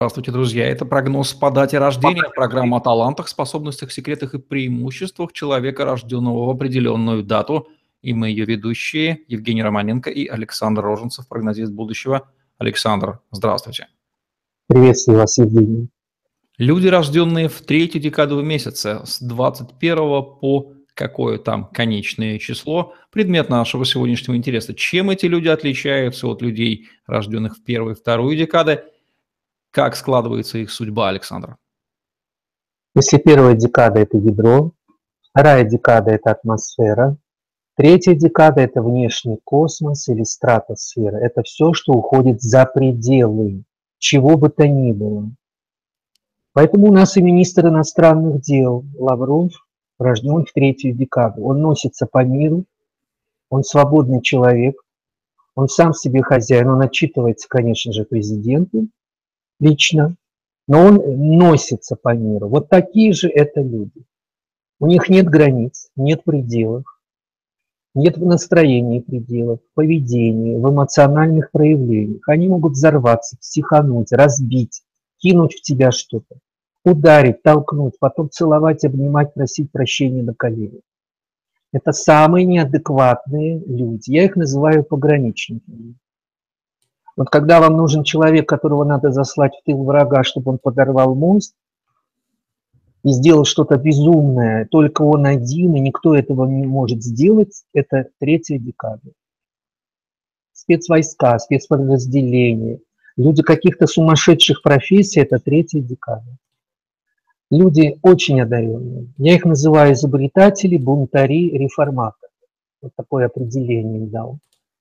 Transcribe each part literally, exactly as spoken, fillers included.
Здравствуйте, друзья. Это прогноз по дате рождения, программа о талантах, способностях, секретах и преимуществах человека, рожденного в определенную дату. И мы ее ведущие Евгений Романенко и Александр Роженцев, прогнозист будущего. Александр, здравствуйте. Приветствую вас, Евгений. Люди, рожденные в третью декаду месяца, с двадцать первого по какое там конечное число, предмет нашего сегодняшнего интереса. Чем эти люди отличаются от людей, рожденных в первую и вторую декады? Как складывается их судьба, Александр? Если первая декада – это ядро, вторая декада – это атмосфера, третья декада – это внешний космос или стратосфера. Это все, что уходит за пределы чего бы то ни было. Поэтому у нас и министр иностранных дел Лавров рожден в третью декаду. Он носится по миру, он свободный человек, он сам себе хозяин, он отчитывается, конечно же, президенту лично, но он носится по миру. Вот такие же это люди. У них нет границ, нет пределов, нет в настроении пределов, в поведении, в эмоциональных проявлениях. Они могут взорваться, психануть, разбить, кинуть в тебя что-то, ударить, толкнуть, потом целовать, обнимать, просить прощения на коленях. Это самые неадекватные люди. Я их называю пограничниками. Вот когда вам нужен человек, которого надо заслать в тыл врага, чтобы он подорвал мост и сделал что-то безумное, только он один, и никто этого не может сделать, это третья декада. Спецвойска, спецподразделения, люди каких-то сумасшедших профессий – это третья декада. Люди очень одаренные. Я их называю изобретатели, бунтари, реформаторы. Вот такое определение им дал.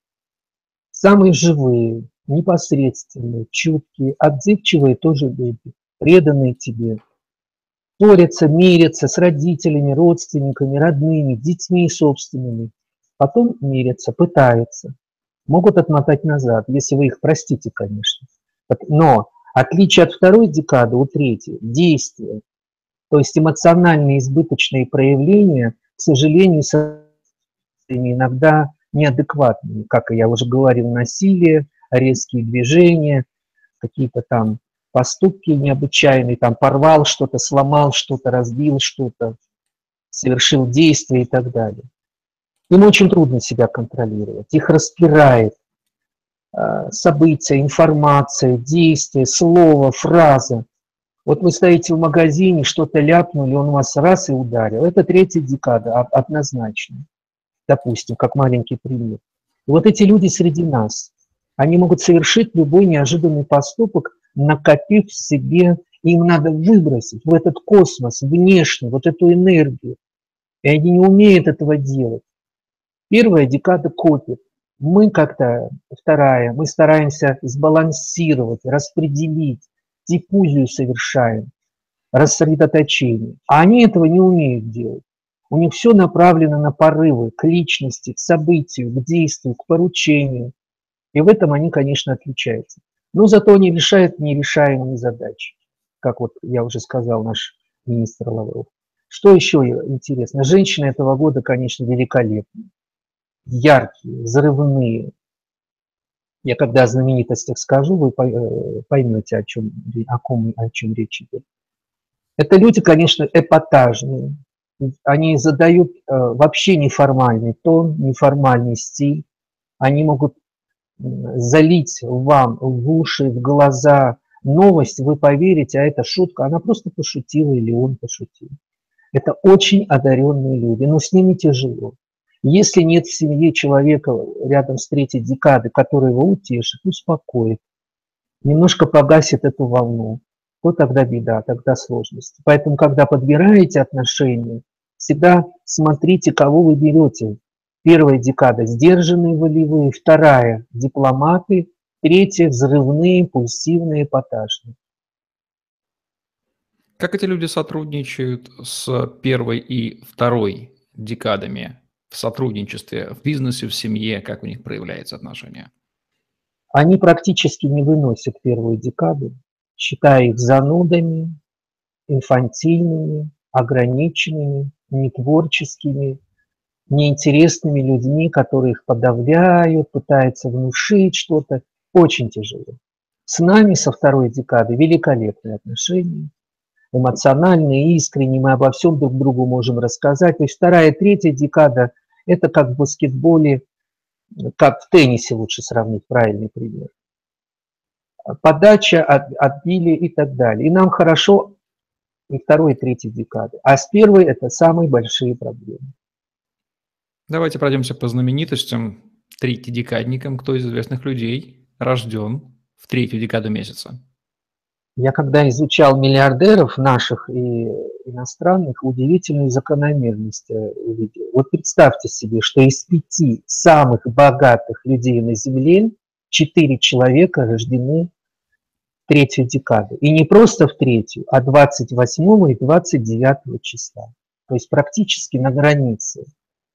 Самые живые, непосредственные, чуткие, отзывчивые тоже люди, преданные тебе, борются, мирятся с родителями, родственниками, родными, детьми собственными. Потом мирятся, пытаются, могут отмотать назад, если вы их простите, конечно. Но отличие от второй декады у третьей – действия. То есть эмоциональные избыточные проявления, к сожалению, иногда неадекватными, как я уже говорил, насилие, резкие движения, какие-то там поступки необычайные, там порвал что-то, сломал что-то, разбил что-то, совершил действие и так далее. Им очень трудно себя контролировать, их распирает э, события, информация, действие, слово, фраза. Вот вы стоите в магазине, что-то ляпнули, он вас раз и ударил. Это третья декада, однозначно. Допустим, как маленький пример. И вот эти люди среди нас, они могут совершить любой неожиданный поступок, накопив в себе, им надо выбросить в этот космос, внешне, вот эту энергию. И они не умеют этого делать. Первая декада копит. Мы как-то, вторая, мы стараемся сбалансировать, распределить, диффузию совершаем, рассредоточение. А они этого не умеют делать. У них все направлено на порывы, к личности, к событию, к действию, к поручению. И в этом они, конечно, отличаются. Но зато они решают нерешаемые задачи, как вот я уже сказал, наш министр Лавров. Что еще интересно? Женщины этого года, конечно, великолепные, яркие, взрывные. Я когда о знаменитостях скажу, вы поймете, о чем, о ком, о чем речь идет. Это люди, конечно, эпатажные. Они задают э, вообще неформальный тон, неформальный стиль. Они могут залить вам в уши, в глаза новость, вы поверите, а это шутка. Она просто пошутила или он пошутил. Это очень одаренные люди, но с ними тяжело. Если нет в семье человека рядом с третьей декадой, который его утешит, успокоит, немножко погасит эту волну, то тогда беда, тогда сложности. Поэтому, когда подбираете отношения, всегда смотрите, кого вы берете. Первая декада – сдержанные, волевые, вторая – дипломаты, третья – взрывные, пульсивные, эпатажные. Как эти люди сотрудничают с первой и второй декадами в сотрудничестве, в бизнесе, в семье? Как у них проявляются отношения? Они практически не выносят первую декаду, считая их занудами, инфантильными, ограниченными, нетворческими, неинтересными людьми, которые их подавляют, пытаются внушить что-то. Очень тяжело. С нами со второй декады великолепные отношения, эмоциональные, искренние, мы обо всем друг другу можем рассказать. То есть вторая и третья декада – это как в баскетболе, как в теннисе лучше сравнить, правильный пример. Подача, от, отбили и так далее. И нам хорошо и второй, и третьей декады. А с первой это самые большие проблемы. Давайте пройдемся по знаменитостям, третьедекадникам. Кто из известных людей рожден в третью декаду месяца? Я когда изучал миллиардеров наших и иностранных, удивительную закономерность увидел. Вот представьте себе, что из пяти самых богатых людей на Земле четыре человека рождены в третью декаду. И не просто в третью, а двадцать восьмого и двадцать девятого числа. То есть практически на границе.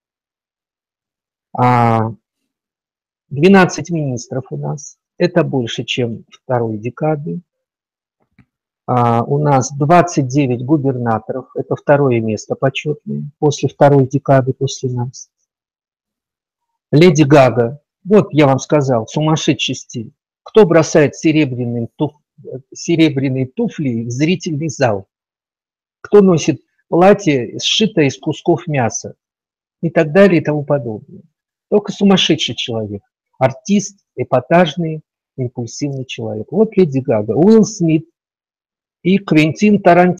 двенадцать министров у нас. Это больше, чем второй декады. Uh, у нас двадцать девять губернаторов, это второе место почетное, после второй декады, после нас. Леди Гага, вот я вам сказал, сумасшедший стиль. Кто бросает серебряные, туф... серебряные туфли в зрительный зал? Кто носит платье, сшитое из кусков мяса? И так далее и тому подобное. Только сумасшедший человек. Артист, эпатажный, импульсивный человек. Вот Леди Гага. Уилл Смит и Квентин Тарантино.